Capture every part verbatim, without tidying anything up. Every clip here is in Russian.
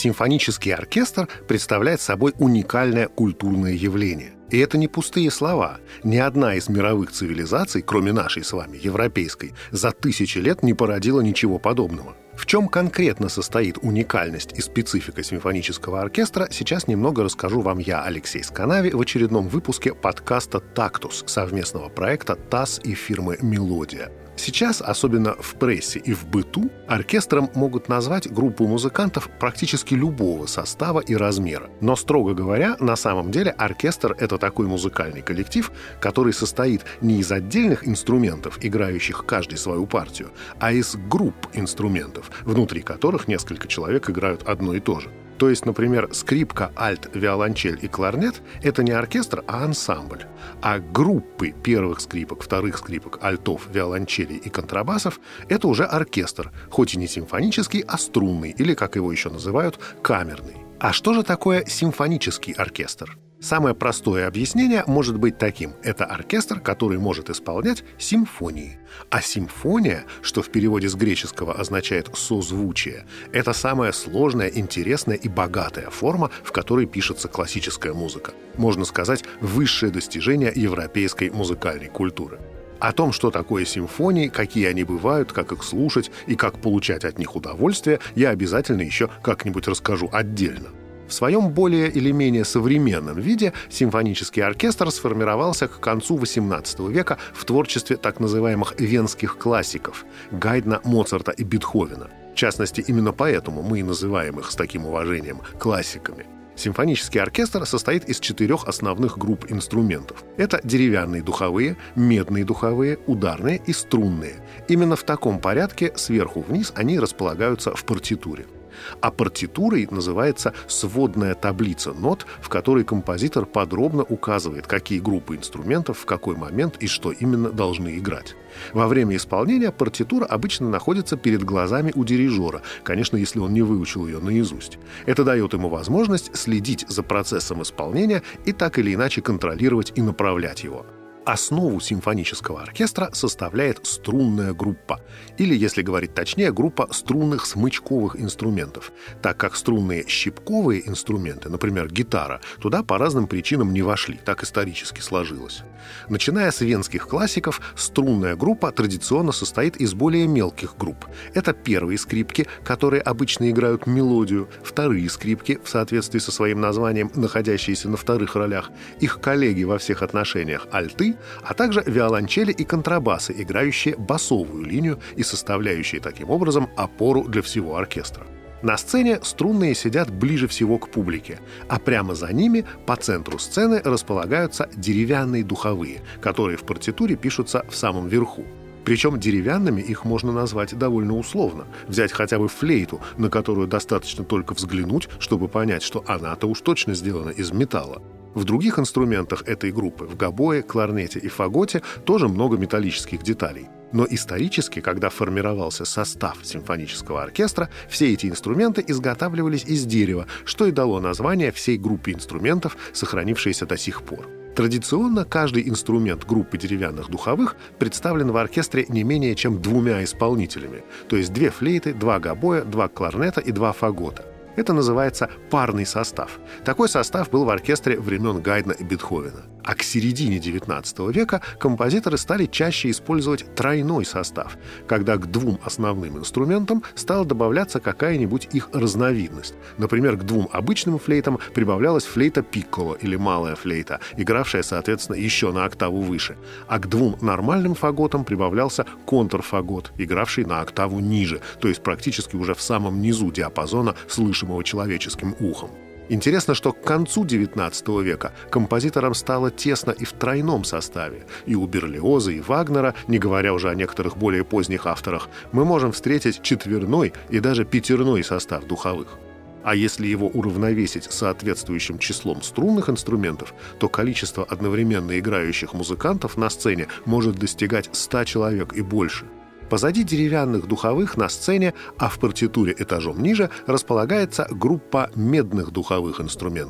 Симфонический оркестр представляет собой уникальное культурное явление. И это не пустые слова. Ни одна из мировых цивилизаций, кроме нашей с вами, европейской, за тысячи лет не породила ничего подобного. В чем конкретно состоит уникальность и специфика симфонического оркестра, сейчас немного расскажу вам я, Алексей Сканави, в очередном выпуске подкаста «Тактус» совместного проекта ТАСС и фирмы «Мелодия». Сейчас, особенно в прессе и в быту, оркестром могут назвать группу музыкантов практически любого состава и размера. Но, строго говоря, на самом деле оркестр — это такой музыкальный коллектив, который состоит не из отдельных инструментов, играющих каждый свою партию, а из групп инструментов, внутри которых несколько человек играют одно и то же. То есть, например, скрипка, альт, виолончель и кларнет — это не оркестр, а ансамбль. А группы первых скрипок, вторых скрипок, альтов, виолончелей и контрабасов — это уже оркестр, хоть и не симфонический, а струнный, или, как его еще называют, камерный. А что же такое симфонический оркестр? Самое простое объяснение может быть таким. Это оркестр, который может исполнять симфонии. А симфония, что в переводе с греческого означает «созвучие», это самая сложная, интересная и богатая форма, в которой пишется классическая музыка. Можно сказать, высшее достижение европейской музыкальной культуры. О том, что такое симфонии, какие они бывают, как их слушать и как получать от них удовольствие, я обязательно еще как-нибудь расскажу отдельно. В своем более или менее современном виде симфонический оркестр сформировался к концу восемнадцатого века в творчестве так называемых венских классиков – Гайдна, Моцарта и Бетховена. В частности, именно поэтому мы и называем их с таким уважением классиками. Симфонический оркестр состоит из четырех основных групп инструментов. Это деревянные духовые, медные духовые, ударные и струнные. Именно в таком порядке сверху вниз они располагаются в партитуре. А партитурой называется сводная таблица нот, в которой композитор подробно указывает, какие группы инструментов в какой момент и что именно должны играть. Во время исполнения партитура обычно находится перед глазами у дирижера, конечно, если он не выучил ее наизусть. Это дает ему возможность следить за процессом исполнения и так или иначе контролировать и направлять его. Основу симфонического оркестра составляет струнная группа, или, если говорить точнее, группа струнных смычковых инструментов, так как струнные щипковые инструменты, например, гитара, туда по разным причинам не вошли, так исторически сложилось. Начиная с венских классиков, струнная группа традиционно состоит из более мелких групп. Это первые скрипки, которые обычно играют мелодию, вторые скрипки, в соответствии со своим названием, находящиеся на вторых ролях, их коллеги во всех отношениях альты, а также виолончели и контрабасы, играющие басовую линию и составляющие таким образом опору для всего оркестра. На сцене струнные сидят ближе всего к публике, а прямо за ними, по центру сцены, располагаются деревянные духовые, которые в партитуре пишутся в самом верху. Причем деревянными их можно назвать довольно условно. Взять хотя бы флейту, на которую достаточно только взглянуть, чтобы понять, что она-то уж точно сделана из металла. В других инструментах этой группы, в гобое, кларнете и фаготе, тоже много металлических деталей. Но исторически, когда формировался состав симфонического оркестра, все эти инструменты изготавливались из дерева, что и дало название всей группе инструментов, сохранившейся до сих пор. Традиционно каждый инструмент группы деревянных духовых представлен в оркестре не менее чем двумя исполнителями, то есть две флейты, два гобоя, два кларнета и два фагота. Это называется парный состав. Такой состав был в оркестре времен Гайдна и Бетховена. А к середине девятнадцатого века композиторы стали чаще использовать тройной состав, когда к двум основным инструментам стала добавляться какая-нибудь их разновидность. Например, к двум обычным флейтам прибавлялась флейта пикколо или малая флейта, игравшая, соответственно, еще на октаву выше. А к двум нормальным фаготам прибавлялся контрфагот, игравший на октаву ниже, то есть практически уже в самом низу диапазона, слышимого человеческим ухом. Интересно, что к концу девятнадцатого века композиторам стало тесно и в тройном составе. И у Берлиоза, и Вагнера, не говоря уже о некоторых более поздних авторах, мы можем встретить четверной и даже пятерной состав духовых. А если его уравновесить соответствующим числом струнных инструментов, то количество одновременно играющих музыкантов на сцене может достигать ста человек и больше. Позади деревянных духовых на сцене, а в партитуре этажом ниже, располагается группа медных духовых инструментов.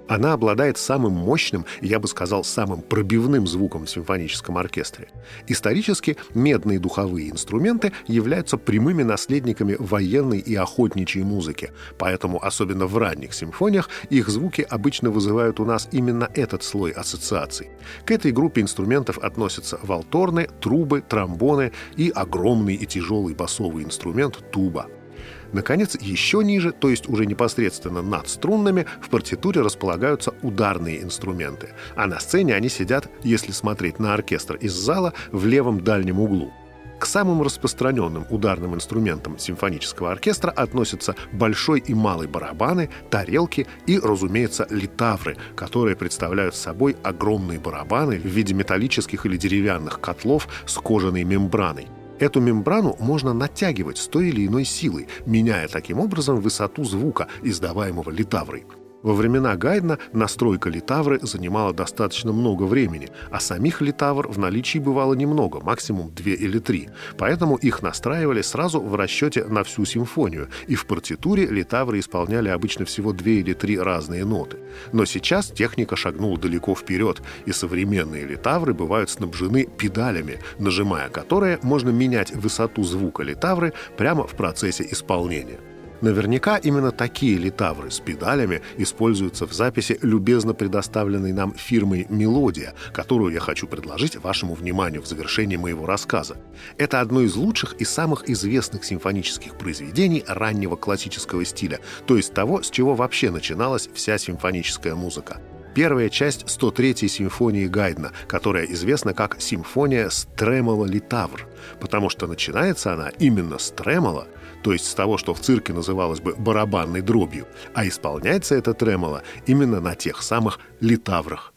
Она обладает самым мощным, я бы сказал, самым пробивным звуком в симфоническом оркестре. Исторически медные духовые инструменты являются прямыми наследниками военной и охотничьей музыки, поэтому, особенно в ранних симфониях, их звуки обычно вызывают у нас именно этот слой ассоциаций. К этой группе инструментов относятся валторны, трубы, тромбоны и огромный и тяжелый басовый инструмент туба. Наконец, еще ниже, то есть уже непосредственно над струнными, в партитуре располагаются ударные инструменты, а на сцене они сидят, если смотреть на оркестр из зала, в левом дальнем углу. К самым распространенным ударным инструментам симфонического оркестра относятся большой и малый барабаны, тарелки и, разумеется, литавры, которые представляют собой огромные барабаны в виде металлических или деревянных котлов с кожаной мембраной. Эту мембрану можно натягивать с той или иной силой, меняя таким образом высоту звука, издаваемого литаврой. Во времена Гайдна настройка литавры занимала достаточно много времени, а самих литавр в наличии бывало немного, максимум две или три. Поэтому их настраивали сразу в расчете на всю симфонию, и в партитуре литавры исполняли обычно всего две или три разные ноты. Но сейчас техника шагнула далеко вперед, и современные литавры бывают снабжены педалями, нажимая которые можно менять высоту звука литавры прямо в процессе исполнения. Наверняка именно такие литавры с педалями используются в записи, любезно предоставленной нам фирмой «Мелодия», которую я хочу предложить вашему вниманию в завершении моего рассказа. Это одно из лучших и самых известных симфонических произведений раннего классического стиля, то есть того, с чего вообще начиналась вся симфоническая музыка. Первая часть сто третьей симфонии Гайдна, которая известна как «Симфония с тремоло-литавр», потому что начинается она именно с тремоло, то есть с того, что в цирке называлось бы барабанной дробью, а исполняется это тремоло именно на тех самых литаврах.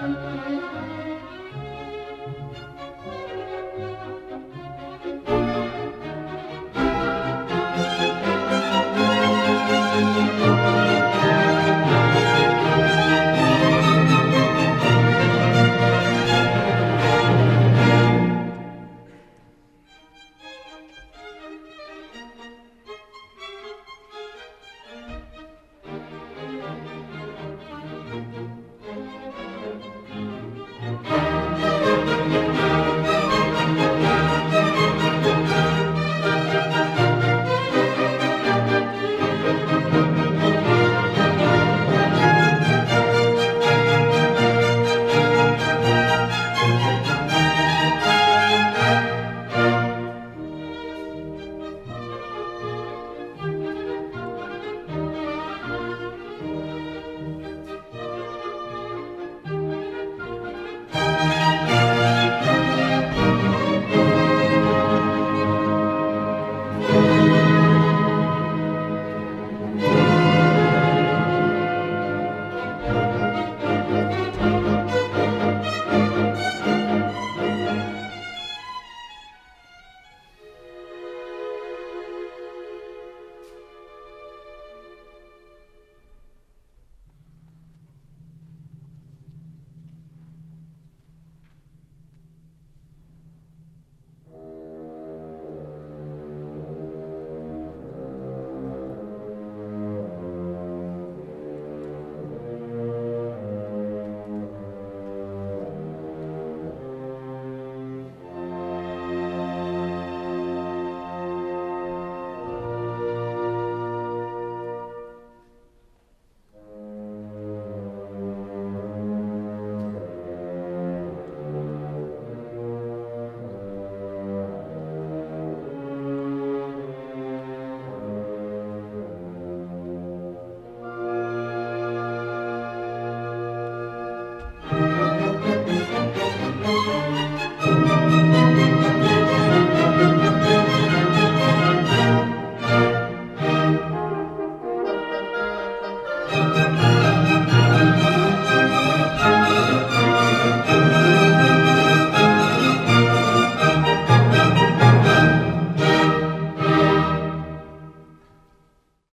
Thank you.